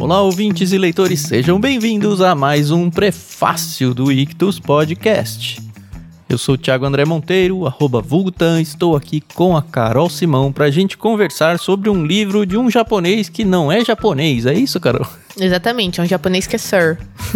Olá, ouvintes e leitores, sejam bem-vindos a mais um prefácio do Ictus Podcast. Eu sou o Thiago André Monteiro, @vulgutan, estou aqui com a Carol Simão pra gente conversar sobre um livro de um japonês que não é japonês, é isso, Carol? Exatamente, é um japonês que é sir.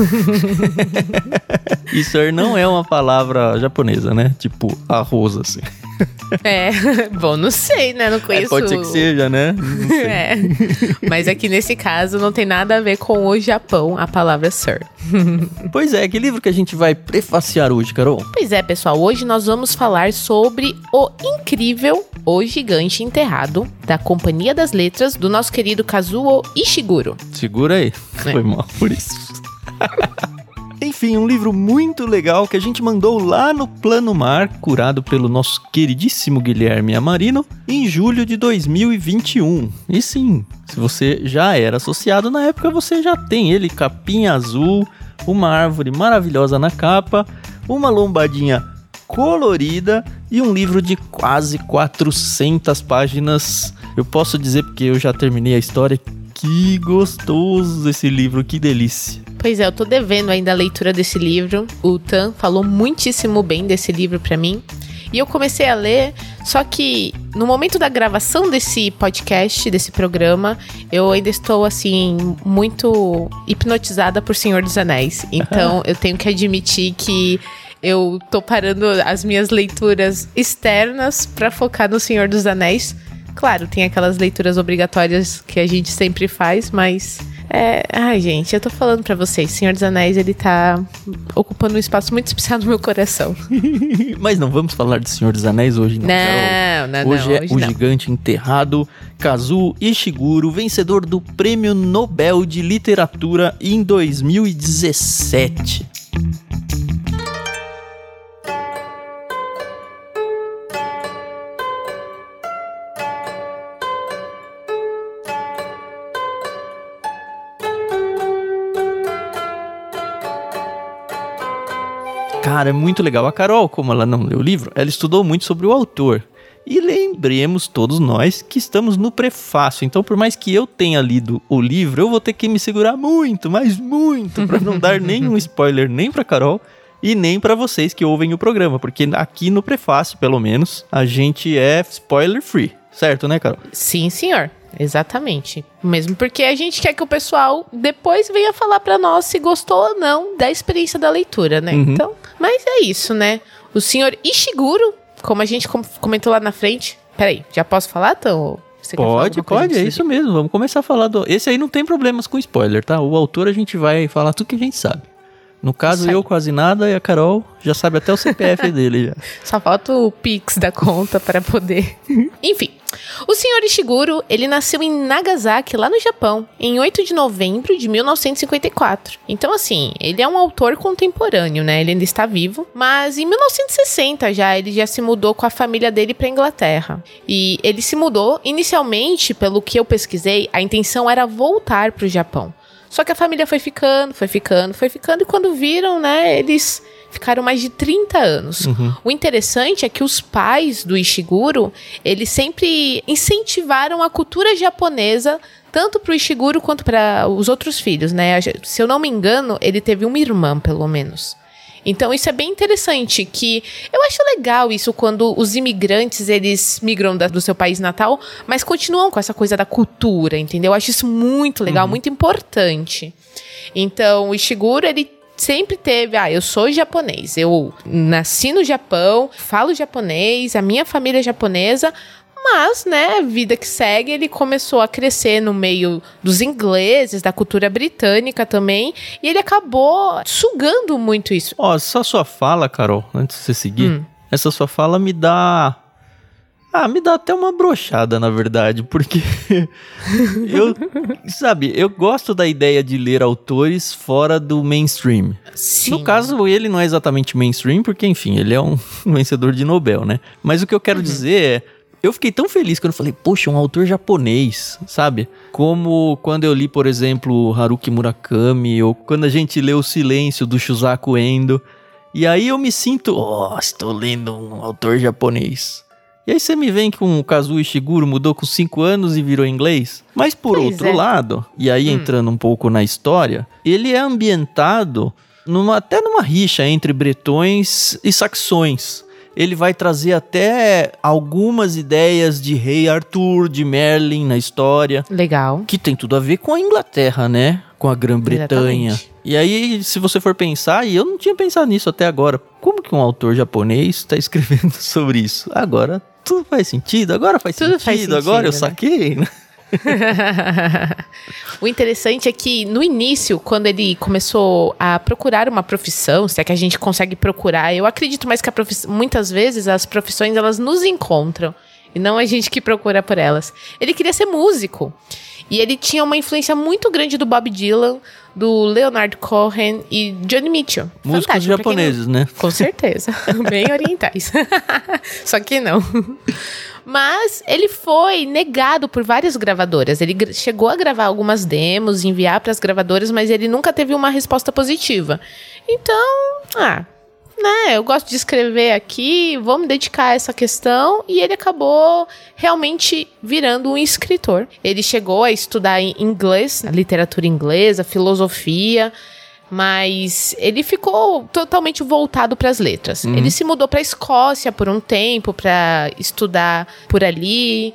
E sir não é uma palavra japonesa, né? Tipo, arroz, assim. É, bom, não sei, né? Não conheço. Pode ser que seja, né? Não sei. É, mas aqui nesse caso não tem nada a ver com o Japão, a palavra sir. Pois é, que livro que a gente vai prefaciar hoje, Carol? Pois é, pessoal, hoje nós vamos falar sobre o incrível O Gigante Enterrado, da Companhia das Letras, do nosso querido Kazuo Ishiguro. Segura aí, foi mal por isso. Enfim, um livro muito legal que a gente mandou lá no Plano Mar, curado pelo nosso queridíssimo Guilherme Amarino, em julho de 2021. E sim, se você já era associado na época, você já tem ele, capinha azul, uma árvore maravilhosa na capa, uma lombadinha colorida e um livro de quase 400 páginas. Eu posso dizer, porque eu já terminei a história, que gostoso esse livro, que delícia. Pois é, eu tô devendo ainda a leitura desse livro. O Tan falou muitíssimo bem desse livro pra mim. E eu comecei a ler, só que no momento da gravação desse podcast, desse programa, eu ainda estou, assim, muito hipnotizada por Senhor dos Anéis. Então, eu tenho que admitir que eu tô parando as minhas leituras externas pra focar no Senhor dos Anéis. Claro, tem aquelas leituras obrigatórias que a gente sempre faz, mas... Ai, gente, eu tô falando pra vocês, Senhor dos Anéis, ele tá ocupando um espaço muito especial no meu coração. Mas não vamos falar de Senhor dos Anéis hoje, não, Carol. Hoje é o Gigante Enterrado, Kazuo Ishiguro, vencedor do Prêmio Nobel de Literatura em 2017. Cara, é muito legal. A Carol, como ela não leu o livro, ela estudou muito sobre o autor. E lembremos todos nós que estamos no prefácio. Então, por mais que eu tenha lido o livro, eu vou ter que me segurar muito, mas muito, para não dar nenhum spoiler nem pra Carol e nem pra vocês que ouvem o programa. Porque aqui no prefácio, pelo menos, a gente é spoiler free. Certo, né, Carol? Sim, senhor. Exatamente. Mesmo porque a gente quer que o pessoal depois venha falar pra nós se gostou ou não da experiência da leitura, né? Uhum. Então, mas é isso, né? O senhor Ishiguro, como a gente comentou lá na frente... Peraí, já posso falar, então? Você pode, é isso mesmo. Vamos começar a falar do... Esse aí não tem problemas com spoiler, tá? O autor a gente vai falar tudo que a gente sabe. No caso, eu quase nada e a Carol já sabe até o CPF dele. Já. Só falta o Pix da conta para poder... Enfim, o senhor Ishiguro, ele nasceu em Nagasaki, lá no Japão, em 8 de novembro de 1954. Então, assim, ele é um autor contemporâneo, né? Ele ainda está vivo. Mas em 1960 ele já se mudou com a família dele para Inglaterra. E ele se mudou, inicialmente, pelo que eu pesquisei, a intenção era voltar para o Japão. Só que a família foi ficando, e quando viram, né, eles ficaram mais de 30 anos. Uhum. O interessante é que os pais do Ishiguro, eles sempre incentivaram a cultura japonesa, tanto para o Ishiguro quanto para os outros filhos, né? Se eu não me engano, ele teve uma irmã, pelo menos. Então, isso é bem interessante, que eu acho legal isso quando os imigrantes, eles migram do seu país natal, mas continuam com essa coisa da cultura, entendeu? Eu acho isso muito legal, muito importante. Então, o Ishiguro, ele sempre teve, eu sou japonês, eu nasci no Japão, falo japonês, a minha família é japonesa, mas, né, vida que segue, ele começou a crescer no meio dos ingleses, da cultura britânica também, e ele acabou sugando muito isso. Essa sua fala, Carol, antes de você seguir, essa sua fala me dá até uma broxada, na verdade, porque eu gosto da ideia de ler autores fora do mainstream. Sim. No caso, ele não é exatamente mainstream, porque, enfim, ele é um vencedor de Nobel, né? Mas o que eu quero dizer é, eu fiquei tão feliz quando eu falei, poxa, um autor japonês, sabe? Como quando eu li, por exemplo, Haruki Murakami, ou quando a gente lê O Silêncio, do Shusaku Endo. E aí eu me sinto, estou lendo um autor japonês. E aí você me vem com o Kazuo Ishiguro mudou com 5 anos e virou inglês? Mas por outro lado, e aí entrando um pouco na história, ele é ambientado até numa rixa entre bretões e saxões. Ele vai trazer até algumas ideias de Rei Arthur, de Merlin na história. Legal. Que tem tudo a ver com a Inglaterra, né? Com a Grã-Bretanha. Exatamente. E aí, se você for pensar, e eu não tinha pensado nisso até agora, como que um autor japonês está escrevendo sobre isso? Agora, tudo faz sentido, agora faz sentido, agora eu saquei, né? O interessante é que no início, quando ele começou a procurar uma profissão, se é que a gente consegue procurar, eu acredito mais que muitas vezes as profissões elas nos encontram e não a gente que procura por elas. Ele queria ser músico e ele tinha uma influência muito grande do Bob Dylan, do Leonard Cohen e Johnny Mitchell. Músicos japoneses, né? Com certeza, bem orientais. Só que não. Mas ele foi negado por várias gravadoras. Ele chegou a gravar algumas demos, enviar para as gravadoras, mas ele nunca teve uma resposta positiva. Então, eu gosto de escrever aqui, vou me dedicar a essa questão. E ele acabou realmente virando um escritor. Ele chegou a estudar em inglês, literatura inglesa, filosofia, mas ele ficou totalmente voltado para as letras. Ele se mudou para a Escócia por um tempo para estudar por ali,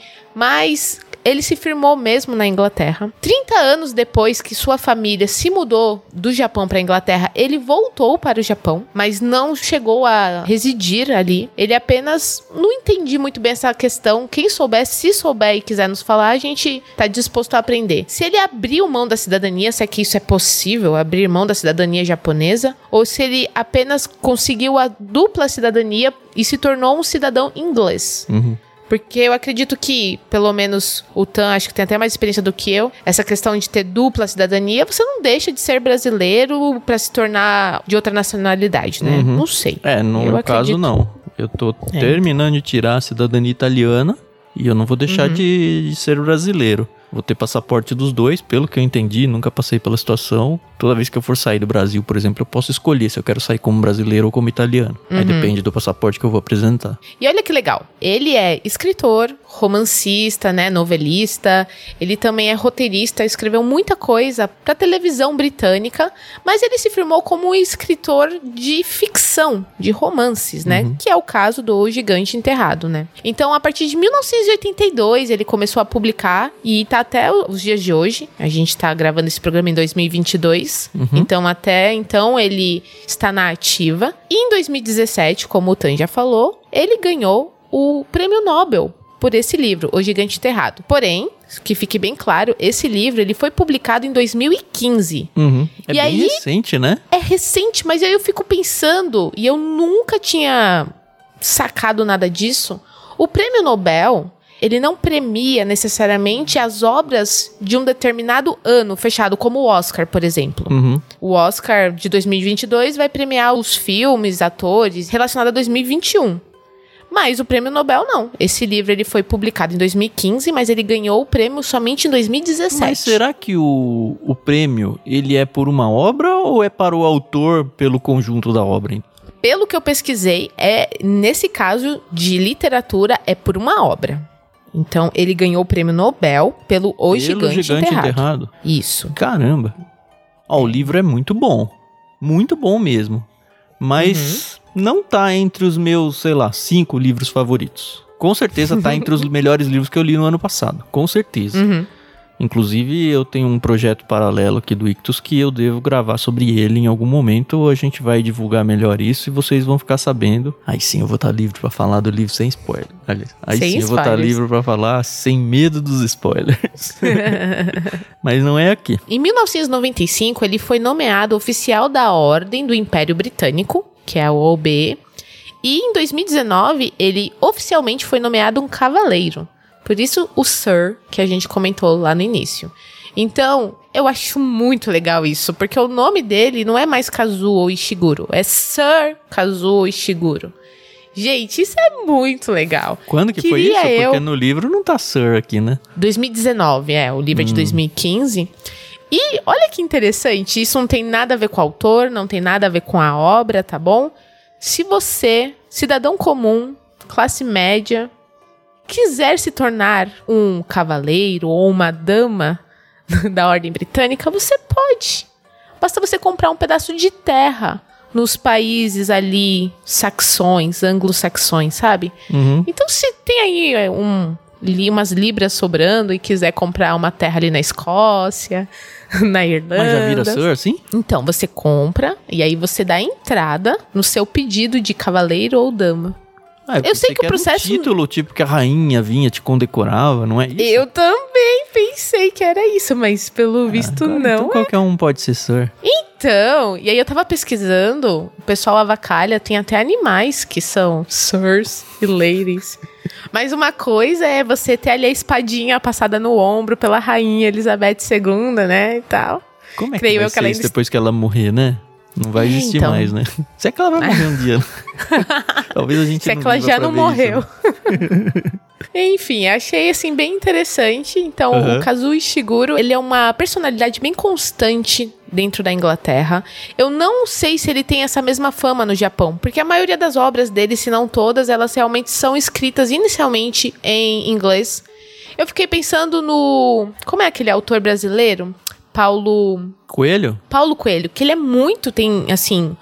mas ele se firmou mesmo na Inglaterra. 30 anos depois que sua família se mudou do Japão para a Inglaterra, ele voltou para o Japão, mas não chegou a residir ali. Ele apenas não entendi muito bem essa questão. Quem souber, se souber e quiser nos falar, a gente está disposto a aprender. Se ele abriu mão da cidadania, se é que isso é possível, abrir mão da cidadania japonesa, ou se ele apenas conseguiu a dupla cidadania e se tornou um cidadão inglês. Porque eu acredito que, pelo menos o Tan, acho que tem até mais experiência do que eu, essa questão de ter dupla cidadania, você não deixa de ser brasileiro pra se tornar de outra nacionalidade, né? Não sei. No caso não. Eu tô terminando de tirar a cidadania italiana e eu não vou deixar de ser brasileiro. Vou ter passaporte dos dois, pelo que eu entendi, nunca passei pela situação. Toda vez que eu for sair do Brasil, por exemplo, eu posso escolher se eu quero sair como brasileiro ou como italiano. Aí depende do passaporte que eu vou apresentar. E olha que legal, ele é escritor, romancista, né, novelista, ele também é roteirista, escreveu muita coisa pra televisão britânica, mas ele se firmou como um escritor de ficção, de romances, né, que é o caso do O Gigante Enterrado, né. Então, a partir de 1982, ele começou a publicar e tá até os dias de hoje. A gente tá gravando esse programa em 2022. Então, até então, ele está na ativa. E em 2017, como o Tan já falou, ele ganhou o Prêmio Nobel por esse livro, O Gigante Enterrado. Porém, que fique bem claro, esse livro ele foi publicado em 2015. É bem recente, né? É recente, mas aí eu fico pensando, e eu nunca tinha sacado nada disso, o Prêmio Nobel... ele não premia necessariamente as obras de um determinado ano fechado, como o Oscar, por exemplo. O Oscar de 2022 vai premiar os filmes, atores, relacionados a 2021. Mas o Prêmio Nobel não. Esse livro ele foi publicado em 2015, mas ele ganhou o prêmio somente em 2017. Mas será que o prêmio ele é por uma obra ou é para o autor pelo conjunto da obra? Pelo que eu pesquisei, nesse caso de literatura, é por uma obra. Então, ele ganhou o Prêmio Nobel pelo O Gigante Enterrado. Isso. Caramba. O livro é muito bom mesmo. Mas não tá entre os meus, 5 livros favoritos. Com certeza tá entre os melhores livros que eu li no ano passado. Com certeza. Inclusive, eu tenho um projeto paralelo aqui do Ictus que eu devo gravar sobre ele em algum momento. A gente vai divulgar melhor isso e vocês vão ficar sabendo. Aí sim eu vou estar livre pra falar do livro sem spoiler. Aí sim eu vou estar livre pra falar sem medo dos spoilers. Mas não é aqui. Em 1995, ele foi nomeado oficial da Ordem do Império Britânico, que é a OB. E em 2019, ele oficialmente foi nomeado um cavaleiro. Por isso, o Sir, que a gente comentou lá no início. Então, eu acho muito legal isso, porque o nome dele não é mais Kazuo Ishiguro, é Sir Kazuo Ishiguro. Gente, isso é muito legal. Quando que foi isso? Porque no livro não tá Sir aqui, né? 2019, o livro é de 2015. E olha que interessante, isso não tem nada a ver com o autor, não tem nada a ver com a obra, tá bom? Se você, cidadão comum, classe média, quiser se tornar um cavaleiro ou uma dama da Ordem Britânica, você pode. Basta você comprar um pedaço de terra nos países ali saxões, anglo-saxões, sabe? Uhum. Então, se tem aí umas libras sobrando e quiser comprar uma terra ali na Escócia, na Irlanda... Mas já vira Sir, assim? Então, você compra e aí você dá entrada no seu pedido de cavaleiro ou dama. Eu sei que o processo... Um título, tipo, que a rainha vinha, te condecorava, não é isso? Eu também pensei que era isso, mas pelo visto Agora, não. Então qualquer um pode ser Sir. Então, e aí eu tava pesquisando, o pessoal avacalha, tem até animais que são sirs e ladies. Mas uma coisa é você ter ali a espadinha passada no ombro pela rainha Elizabeth II, né, e tal. Como é que Creio vai eu que ser ela isso ainda depois que ela morrer, né? Não vai existir então. mais, né? Se é que ela vai morrer um dia. Talvez a gente Se é que ela já não morreu. Isso, né? Enfim, achei assim bem interessante. Então, o Kazuo Ishiguro, ele é uma personalidade bem constante dentro da Inglaterra. Eu não sei se ele tem essa mesma fama no Japão, porque a maioria das obras dele, se não todas, elas realmente são escritas inicialmente em inglês. Eu fiquei pensando no... Como é aquele autor brasileiro? Paulo Coelho, que ele é muito, tem, assim,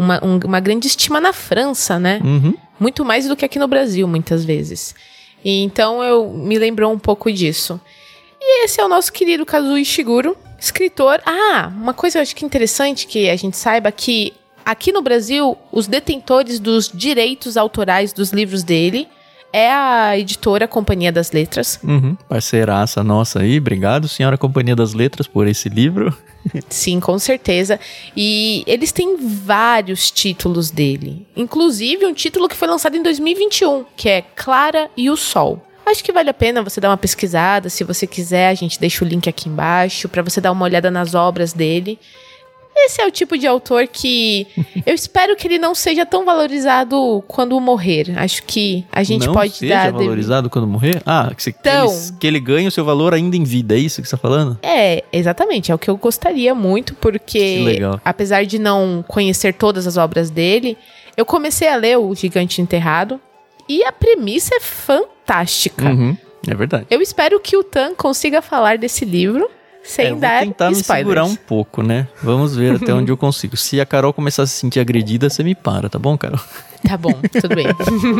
uma grande estima na França, né? Uhum. Muito mais do que aqui no Brasil, muitas vezes. E então, me lembrou um pouco disso. E esse é o nosso querido Kazuo Ishiguro, escritor. Uma coisa eu acho que interessante que a gente saiba que aqui no Brasil, os detentores dos direitos autorais dos livros dele é a editora Companhia das Letras. Uhum. Parceiraça nossa aí. Obrigado, senhora Companhia das Letras, por esse livro. Sim, com certeza. E eles têm vários títulos dele. Inclusive um título que foi lançado em 2021, que é Clara e o Sol. Acho que vale a pena você dar uma pesquisada. Se você quiser, a gente deixa o link aqui embaixo para você dar uma olhada nas obras dele. Esse é o tipo de autor que eu espero que ele não seja tão valorizado quando morrer. Acho que a gente não pode seja dar... valorizado quando morrer? Então, que ele ganhe o seu valor ainda em vida, é isso que você tá falando? É, exatamente. É o que eu gostaria muito, porque apesar de não conhecer todas as obras dele, eu comecei a ler O Gigante Enterrado e a premissa é fantástica. Uhum, é verdade. Eu espero que o Tan consiga falar desse livro sem dar spoilers. Vou tentar me segurar um pouco, né? Vamos ver até onde eu consigo. Se a Carol começar a se sentir agredida, você me para, tá bom, Carol? Tá bom, tudo bem.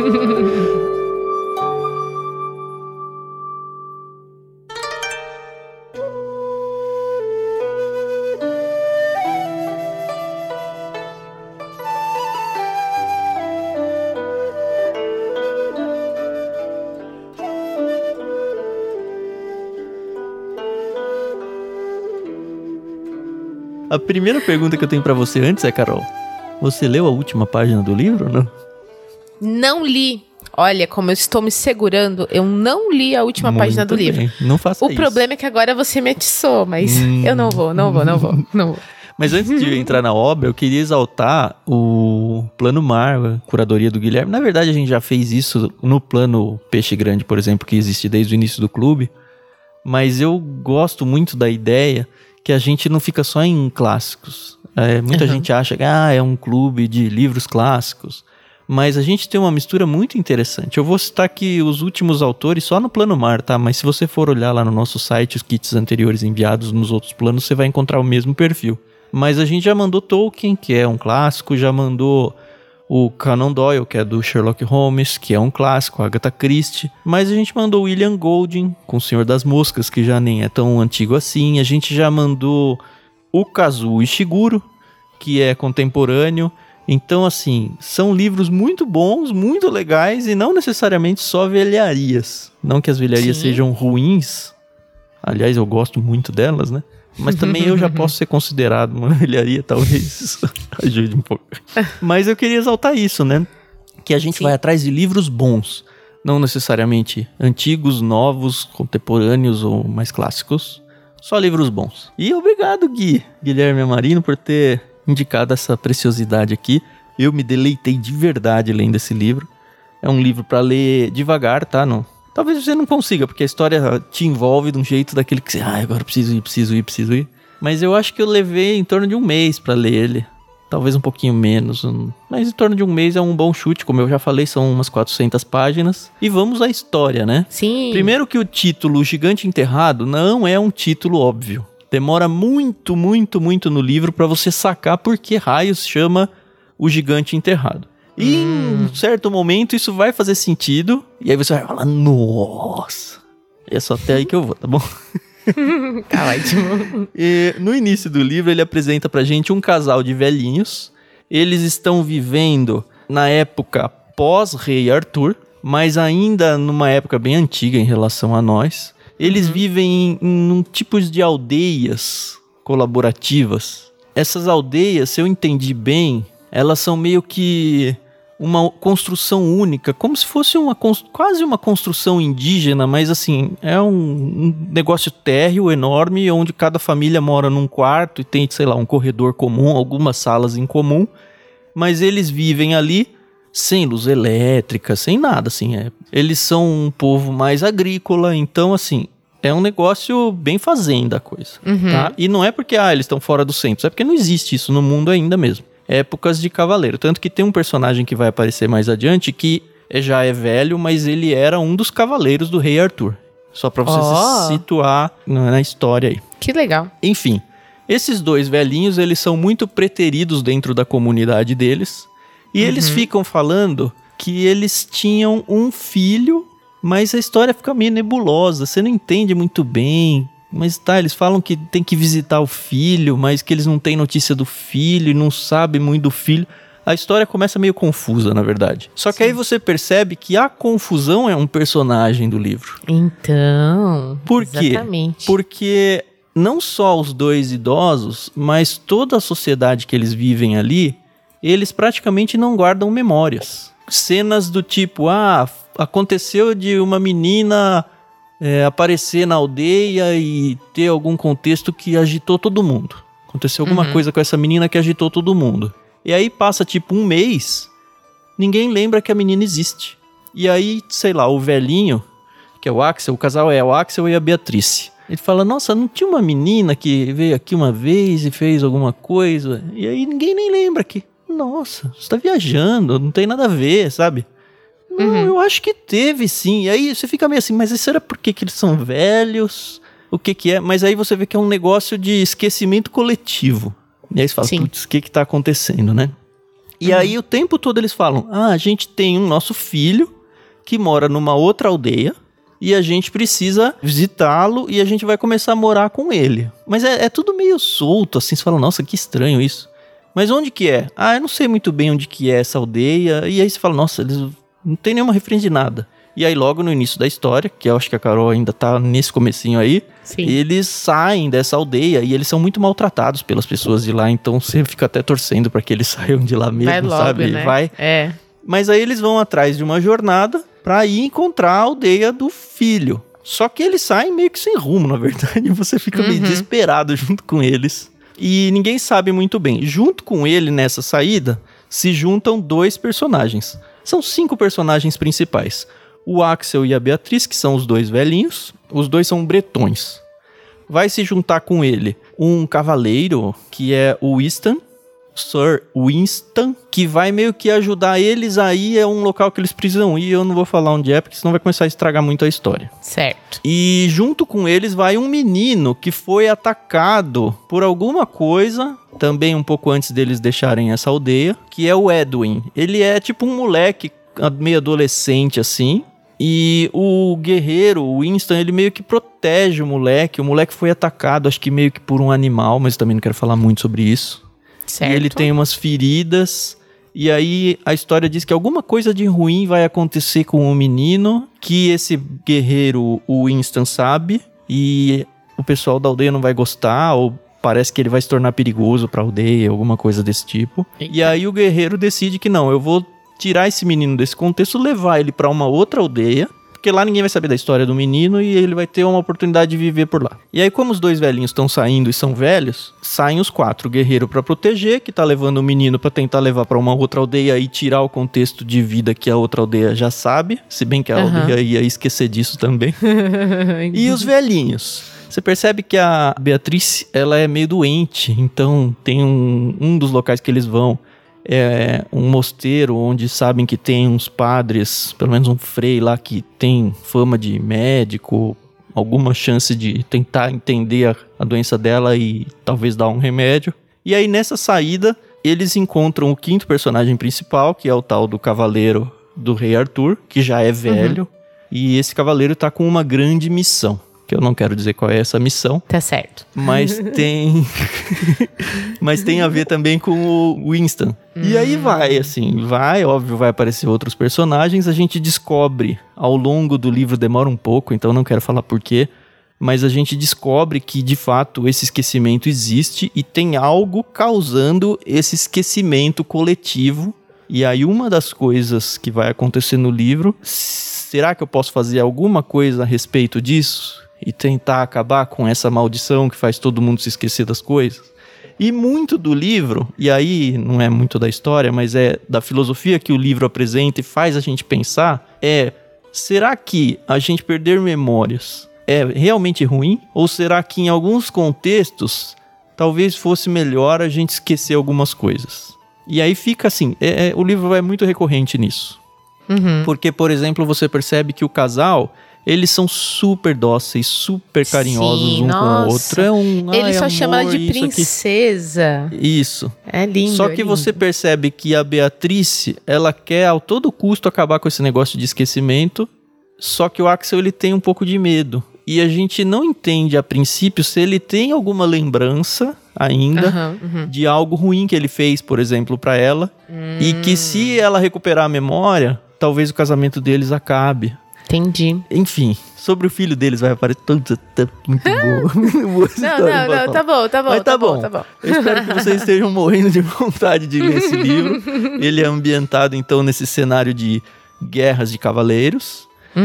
A primeira pergunta que eu tenho pra você antes é, Carol, você leu a última página do livro ou não? Não li. Olha, como eu estou me segurando, eu não li a última página do livro. Não faça isso. O problema é que agora você me atiçou, mas eu não vou. Mas antes de entrar na obra, eu queria exaltar o Plano Mar, a curadoria do Guilherme. Na verdade, a gente já fez isso no Plano Peixe Grande, por exemplo, que existe desde o início do clube. Mas eu gosto muito da ideia que a gente não fica só em clássicos. Muita gente acha que é um clube de livros clássicos. Mas a gente tem uma mistura muito interessante. Eu vou citar aqui os últimos autores só no Plano Mar, tá? Mas se você for olhar lá no nosso site, os kits anteriores enviados nos outros planos, você vai encontrar o mesmo perfil. Mas a gente já mandou Tolkien, que é um clássico, já mandou o Conan Doyle, que é do Sherlock Holmes, que é um clássico, Agatha Christie. Mas a gente mandou William Golding, com O Senhor das Moscas, que já nem é tão antigo assim. A gente já mandou o Kazuo Ishiguro, que é contemporâneo. Então, assim, são livros muito bons, muito legais e não necessariamente só velharias. Não que as velharias sejam ruins. Aliás, eu gosto muito delas, né? Mas também eu já posso ser considerado uma velharia, talvez ajude um pouco. Mas eu queria exaltar isso, né? Que a gente vai atrás de livros bons. Não necessariamente antigos, novos, contemporâneos ou mais clássicos. Só livros bons. E obrigado, Guilherme Amarino, por ter indicado essa preciosidade aqui. Eu me deleitei de verdade lendo esse livro. É um livro para ler devagar, tá? Não. Talvez você não consiga, porque a história te envolve de um jeito daquele que você... agora preciso ir. Mas eu acho que eu levei em torno de um mês para ler ele. talvez um pouquinho menos, mas em torno de um mês é um bom chute, como eu já falei, são umas 400 páginas. E vamos à história, né? Sim. Primeiro que o título O Gigante Enterrado não é um título óbvio. Demora muito, muito, muito no livro pra você sacar por que raios chama O Gigante Enterrado. E em um certo momento isso vai fazer sentido, e aí você vai falar, nossa, é só até aí que eu vou, tá bom? Tá ótimo. E no início do livro ele apresenta pra gente um casal de velhinhos. Eles estão vivendo na época pós-Rei Arthur, mas ainda numa época bem antiga em relação a nós. Eles vivem em tipos de aldeias colaborativas. Essas aldeias, se eu entendi bem, elas são meio que uma construção única, como se fosse quase uma construção indígena, mas assim, é um negócio térreo enorme, onde cada família mora num quarto e tem, sei lá, um corredor comum, algumas salas em comum, mas eles vivem ali sem luz elétrica, sem nada, assim, eles são um povo mais agrícola, então assim, é um negócio bem fazenda a coisa, tá? E não é porque, eles estão fora do centro, é porque não existe isso no mundo ainda mesmo. Épocas de cavaleiro. Tanto que tem um personagem que vai aparecer mais adiante que já é velho, mas ele era um dos cavaleiros do rei Arthur. Só pra você se situar na história aí. Que legal. Enfim, esses dois velhinhos, eles são muito preteridos dentro da comunidade deles. E eles ficam falando que eles tinham um filho, mas a história fica meio nebulosa. Você não entende muito bem. Mas eles falam que tem que visitar o filho, mas que eles não têm notícia do filho e não sabem muito do filho. A história começa meio confusa, na verdade. Só que aí você percebe que a confusão é um personagem do livro. Então, por quê? Exatamente. Porque não só os dois idosos, mas toda a sociedade que eles vivem ali, eles praticamente não guardam memórias. Cenas do tipo, aconteceu de uma menina aparecer na aldeia e ter algum contexto que agitou todo mundo. Aconteceu alguma coisa com essa menina que agitou todo mundo. E aí passa tipo um mês, ninguém lembra que a menina existe. E aí, sei lá, o velhinho, que é o Axel, o casal é o Axel e a Beatrice. Ele fala, nossa, não tinha uma menina que veio aqui uma vez e fez alguma coisa? E aí ninguém nem lembra que, nossa, você tá viajando, não tem nada a ver, sabe? Não, eu acho que teve sim. E aí você fica meio assim, mas será porque que eles são velhos? O que é? Mas aí você vê que é um negócio de esquecimento coletivo. E aí você fala, putz, o que tá acontecendo, né? E aí o tempo todo eles falam, a gente tem um nosso filho que mora numa outra aldeia e a gente precisa visitá-lo e a gente vai começar a morar com ele. Mas é tudo meio solto, assim, você fala, nossa, que estranho isso. Mas onde que é? Eu não sei muito bem onde que é essa aldeia. E aí você fala, nossa, eles não tem nenhuma referência de nada. E aí logo no início da história, que eu acho que a Carol ainda tá nesse comecinho aí, eles saem dessa aldeia e eles são muito maltratados pelas pessoas de lá, então você fica até torcendo pra que eles saiam de lá mesmo, vai logo, sabe? Né? Mas aí eles vão atrás de uma jornada pra ir encontrar a aldeia do filho. Só que eles saem meio que sem rumo, na verdade, você fica meio desesperado junto com eles. E ninguém sabe muito bem. Junto com ele, nessa saída, se juntam dois personagens. São 5 personagens principais. O Axel e a Beatriz, que são os dois velhinhos. Os dois são bretões. Vai se juntar com ele um cavaleiro, que é o Winston, Sir Winston, que vai meio que ajudar eles a ir a um local que eles precisam ir. Eu não vou falar onde é, porque senão vai começar a estragar muito a história. Certo. E junto com eles vai um menino que foi atacado por alguma coisa, também um pouco antes deles deixarem essa aldeia, que é o Edwin. Ele é tipo um moleque meio adolescente assim. E o guerreiro, o Winston, ele meio que protege o moleque. O moleque foi atacado, acho que meio que por um animal, mas também não quero falar muito sobre isso. Certo. E ele tem umas feridas. E aí a história diz que alguma coisa de ruim vai acontecer com o menino, que esse guerreiro, o Winston, sabe. E o pessoal da aldeia não vai gostar, ou parece que ele vai se tornar perigoso pra aldeia, alguma coisa desse tipo. Eita. E aí o guerreiro decide que não, eu vou tirar esse menino desse contexto, levar ele pra uma outra aldeia, porque lá ninguém vai saber da história do menino e ele vai ter uma oportunidade de viver por lá. E aí, como os dois velhinhos estão saindo e são velhos, saem os 4. O guerreiro pra proteger, que tá levando o menino pra tentar levar pra uma outra aldeia e tirar o contexto de vida que a outra aldeia já sabe, se bem que a aldeia ia esquecer disso também. E os velhinhos, Você percebe que a Beatriz, ela é meio doente, então tem um dos locais que eles vão é um mosteiro onde sabem que tem uns padres, pelo menos um frei lá que tem fama de médico, alguma chance de tentar entender a doença dela e talvez dar um remédio. E aí nessa saída, eles encontram o quinto personagem principal, que é o tal do cavaleiro do rei Arthur, que já é velho, e esse cavaleiro tá com uma grande missão. Que eu não quero dizer qual é essa missão. Tá certo. Mas tem... mas tem a ver também com o Winston. E aí óbvio, vai aparecer outros personagens. A gente descobre, ao longo do livro, demora um pouco, então não quero falar por quê. Mas a gente descobre que, de fato, esse esquecimento existe e tem algo causando esse esquecimento coletivo. E aí uma das coisas que vai acontecer no livro... Será que eu posso fazer alguma coisa a respeito disso? E tentar acabar com essa maldição que faz todo mundo se esquecer das coisas. E muito do livro, e aí não é muito da história, mas é da filosofia que o livro apresenta e faz a gente pensar, será que a gente perder memórias é realmente ruim? Ou será que em alguns contextos, talvez fosse melhor a gente esquecer algumas coisas? E aí fica assim, o livro é muito recorrente nisso. Porque, por exemplo, você percebe que o casal... Eles são super dóceis, super carinhosos com o outro. Ele só chama ela de princesa. Isso. É lindo. Só que você percebe que a Beatriz, ela quer a todo custo acabar com esse negócio de esquecimento. Só que o Axel, ele tem um pouco de medo. E a gente não entende a princípio se ele tem alguma lembrança ainda de algo ruim que ele fez, por exemplo, pra ela. E que se ela recuperar a memória, talvez o casamento deles acabe. Entendi. Enfim, sobre o filho deles vai aparecer tudo muito bom. Não, tá bom. Mas tá bom. Eu espero que vocês estejam morrendo de vontade de ler esse livro. Ele é ambientado, então, nesse cenário de guerras de cavaleiros.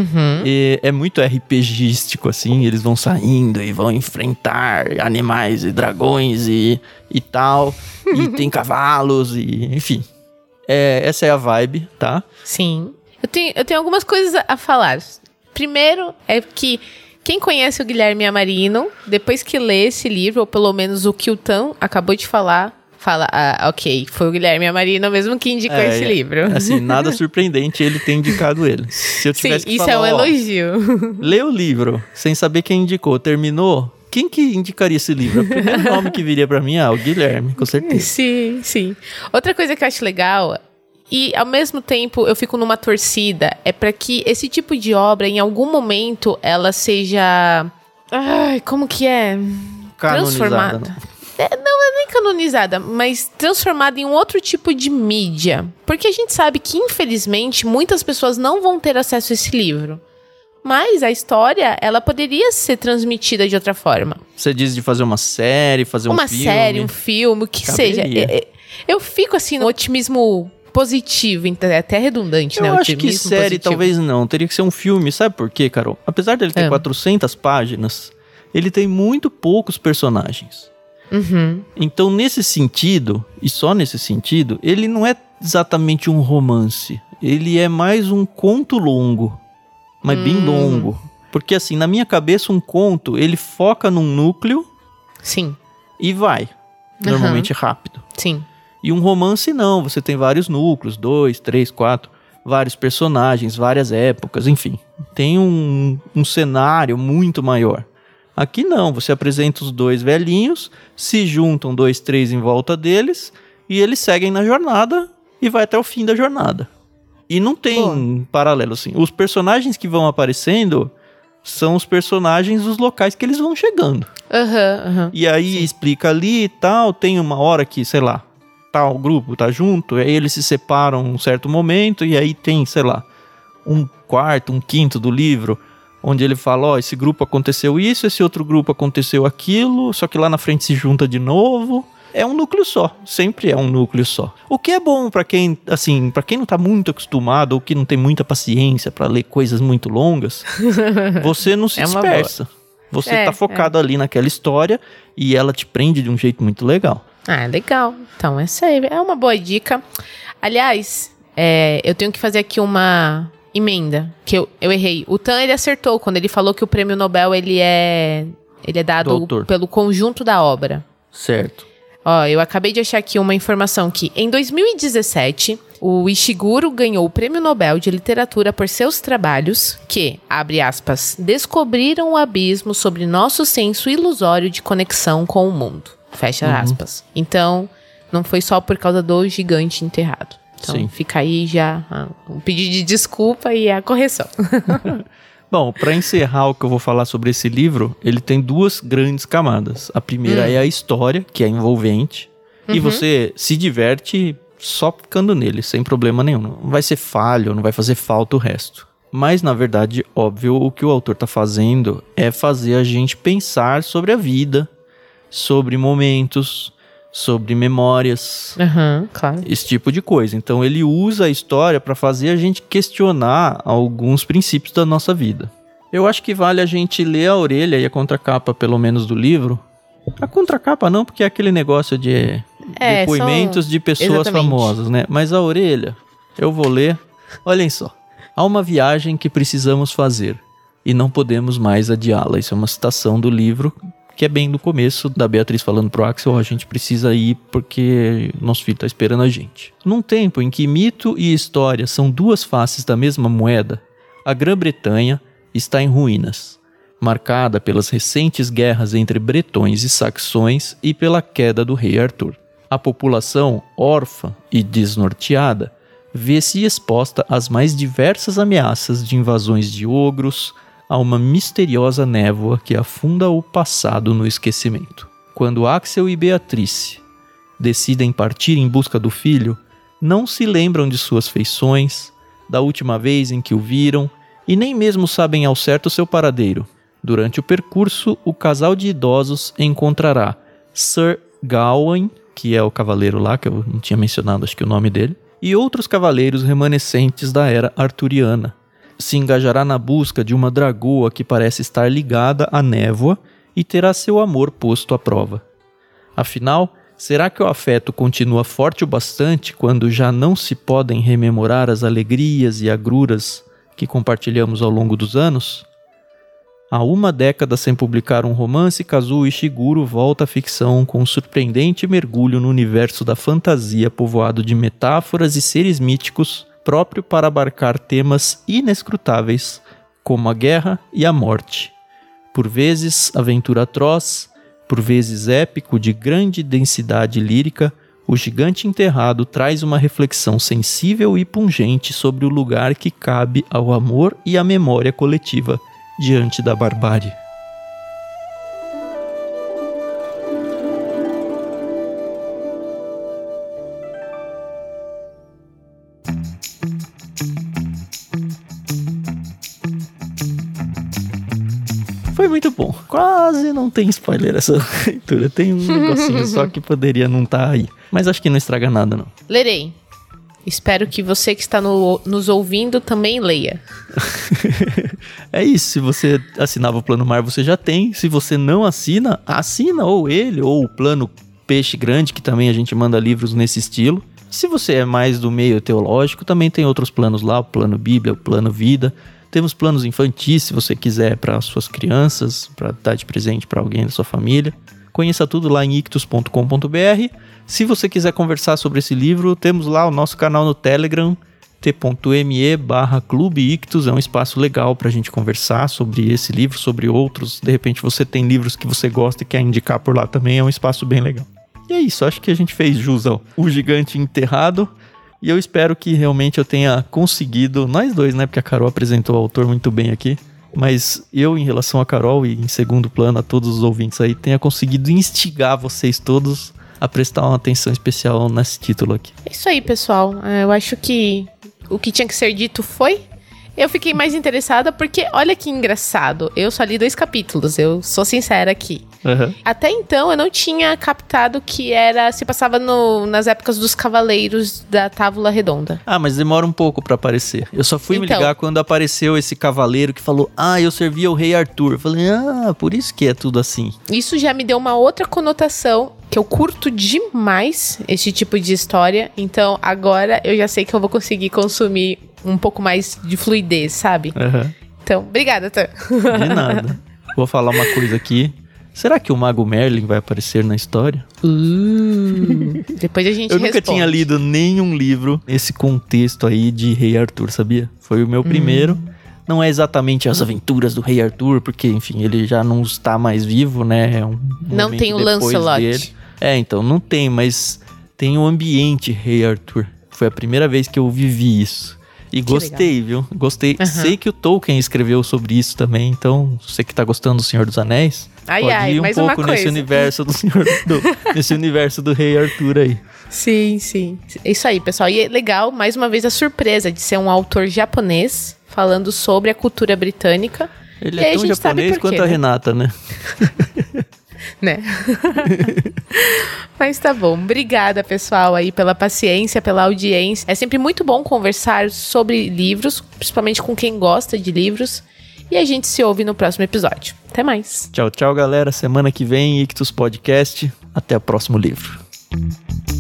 E é muito RPGístico, assim. Eles vão saindo e vão enfrentar animais e dragões e tal. E tem cavalos e... Enfim. Essa é a vibe, tá? Sim. Eu tenho algumas coisas a falar. Primeiro é que quem conhece o Guilherme Amarino, depois que lê esse livro, ou pelo menos o que o Tan acabou de falar, fala, ok, foi o Guilherme Amarino mesmo que indicou esse livro. Assim, nada surpreendente ele ter indicado ele. Se eu tivesse que isso falar, é um elogio. Lê o livro, sem saber quem indicou, terminou... Quem que indicaria esse livro? O primeiro nome que viria pra mim o Guilherme, com certeza. Sim. Outra coisa que eu acho legal... E, ao mesmo tempo, eu fico numa torcida. É para que esse tipo de obra, em algum momento, ela seja... como que é? Canonizada. Transformada. Não é nem canonizada, mas transformada em um outro tipo de mídia. Porque a gente sabe que, infelizmente, muitas pessoas não vão ter acesso a esse livro. Mas a história, ela poderia ser transmitida de outra forma. Você diz de fazer uma série, fazer um filme? Uma série, um filme, o que seja. Eu fico, assim, no otimismo... positivo, é até redundante, né? Eu acho que série positivo. Talvez não, teria que ser um filme, sabe por quê, Carol? Apesar dele ter 400 páginas, ele tem muito poucos personagens. Então, nesse sentido, e só nesse sentido, ele não é exatamente um romance, ele é mais um conto longo, mas bem longo. Porque assim, na minha cabeça, um conto, ele foca num núcleo. Sim. E vai, normalmente rápido. Sim. E um romance não, você tem vários núcleos, 2, 3, 4, vários personagens, várias épocas, enfim. Tem um cenário muito maior. Aqui não, você apresenta os dois velhinhos, se juntam 2, 3 em volta deles, e eles seguem na jornada e vai até o fim da jornada. E não tem paralelo, assim. Os personagens que vão aparecendo são os personagens dos locais que eles vão chegando. E aí explica ali e tal, tem uma hora que, sei lá, tal grupo tá junto, aí eles se separam em um certo momento, e aí tem, sei lá, um quarto, um quinto do livro, onde ele fala, esse grupo aconteceu isso, esse outro grupo aconteceu aquilo, só que lá na frente se junta de novo. É um núcleo só, sempre é um núcleo só. O que é bom pra quem, assim, para quem não tá muito acostumado, ou que não tem muita paciência pra ler coisas muito longas, você não se dispersa. Você tá focado ali naquela história, e ela te prende de um jeito muito legal. Legal. Então, essa aí é uma boa dica. Aliás, eu tenho que fazer aqui uma emenda, que eu errei. O Tan, ele acertou quando ele falou que o prêmio Nobel, ele é Ele é dado pelo conjunto da obra. Certo. Ó, eu acabei de achar aqui uma informação que em 2017, o Ishiguro ganhou o Prêmio Nobel de Literatura por seus trabalhos que, abre aspas, descobriram o abismo sobre nosso senso ilusório de conexão com o mundo. Fecha aspas. Então, não foi só por causa do gigante enterrado. Então, sim, fica aí já um pedido de desculpa e a correção. Bom, para encerrar o que eu vou falar sobre esse livro, ele tem 2 grandes camadas. A primeira é a história, que é envolvente, e você se diverte só ficando nele, sem problema nenhum. Não vai ser falho, não vai fazer falta o resto. Mas, na verdade, óbvio, o que o autor está fazendo é fazer a gente pensar sobre a vida, sobre momentos, sobre memórias, claro, esse tipo de coisa. Então ele usa a história para fazer a gente questionar alguns princípios da nossa vida. Eu acho que vale a gente ler a orelha e a contracapa, pelo menos, do livro. A contracapa não, porque é aquele negócio de depoimentos de pessoas famosas, né? Mas a orelha, eu vou ler. Olhem só. Há uma viagem que precisamos fazer e não podemos mais adiá-la. Isso é uma citação do livro, que é bem do começo, da Beatriz falando pro Axel, a gente precisa ir porque nosso filho tá esperando a gente. Num tempo em que mito e história são 2 faces da mesma moeda, a Grã-Bretanha está em ruínas, marcada pelas recentes guerras entre bretões e saxões e pela queda do rei Arthur. A população, órfã e desnorteada, vê-se exposta às mais diversas ameaças de invasões de ogros, a uma misteriosa névoa que afunda o passado no esquecimento. Quando Axel e Beatrice decidem partir em busca do filho, não se lembram de suas feições, da última vez em que o viram, e nem mesmo sabem ao certo seu paradeiro. Durante o percurso, o casal de idosos encontrará Sir Gawain, que é o cavaleiro lá, que eu não tinha mencionado, acho que o nome dele, e outros cavaleiros remanescentes da era arturiana. Se engajará na busca de uma dragoa que parece estar ligada à névoa e terá seu amor posto à prova. Afinal, será que o afeto continua forte o bastante quando já não se podem rememorar as alegrias e agruras que compartilhamos ao longo dos anos? Há 1 década sem publicar um romance, Kazuo Ishiguro volta à ficção com um surpreendente mergulho no universo da fantasia povoado de metáforas e seres míticos, próprio para abarcar temas inescrutáveis, como a guerra e a morte. Por vezes aventura atroz, por vezes épico de grande densidade lírica, o Gigante Enterrado traz uma reflexão sensível e pungente sobre o lugar que cabe ao amor e à memória coletiva diante da barbárie. Foi muito bom. Quase não tem spoiler essa leitura. Tem um negocinho só que poderia não estar aí. Mas acho que não estraga nada, não. Lerei. Espero que você que está nos ouvindo também leia. É isso. Se você assinava o Plano Mar, você já tem. Se você não assina, assina ou ele, ou o Plano Peixe Grande, que também a gente manda livros nesse estilo. Se você é mais do meio teológico, também tem outros planos lá. O Plano Bíblia, o Plano Vida. Temos planos infantis, se você quiser, para suas crianças, para dar de presente para alguém da sua família. Conheça tudo lá em ictus.com.br. Se você quiser conversar sobre esse livro, temos lá o nosso canal no Telegram, t.me/Clube Ictus. É um espaço legal para a gente conversar sobre esse livro, sobre outros. De repente você tem livros que você gosta e quer indicar por lá também. É um espaço bem legal. E é isso, acho que a gente fez jus ao O Gigante Enterrado. E eu espero que realmente eu tenha conseguido, nós dois, né? Porque a Carol apresentou o autor muito bem aqui. Mas eu, em relação a Carol e em segundo plano a todos os ouvintes aí, tenha conseguido instigar vocês todos a prestar uma atenção especial nesse título aqui. É isso aí, pessoal. Eu acho que o que tinha que ser dito foi. Eu fiquei mais interessada porque, olha que engraçado, eu só li 2 capítulos, eu sou sincera aqui. Uhum. Até então eu não tinha captado que se passava nas épocas dos Cavaleiros da Távola Redonda. Ah, mas demora um pouco pra aparecer. Eu só fui me ligar quando apareceu esse cavaleiro que falou, eu servia o rei Arthur. Eu falei, por isso que é tudo assim. Isso já me deu uma outra conotação, que eu curto demais esse tipo de história. Então agora eu já sei que eu vou conseguir consumir um pouco mais de fluidez, sabe? Uhum. Então, obrigada, Tan. De nada. Vou falar uma coisa aqui. Será que o Mago Merlin vai aparecer na história? Depois a gente Eu nunca tinha lido nenhum livro nesse contexto aí de Rei Arthur, sabia? Foi o meu primeiro. Não é exatamente as aventuras do Rei Arthur, porque, enfim, ele já não está mais vivo, né? É não tem o Lancelot. Dele. Então, não tem, mas tem o ambiente Rei Arthur. Foi a primeira vez que eu vivi isso. E gostei, viu? Gostei. Sei que o Tolkien escreveu sobre isso também, então você que tá gostando do Senhor dos Anéis, pode ir um pouco nesse universo nesse universo do Rei Arthur aí. Sim. É isso aí, pessoal. E é legal, mais uma vez, a surpresa de ser um autor japonês falando sobre a cultura britânica. Ele é tão japonês quanto a Renata, né? Né? Mas tá bom. Obrigada, pessoal, aí pela paciência, pela audiência. É sempre muito bom conversar sobre livros, principalmente com quem gosta de livros. E a gente se ouve no próximo episódio. Até mais. Tchau, galera. Semana que vem, Ictus Podcast. Até o próximo livro.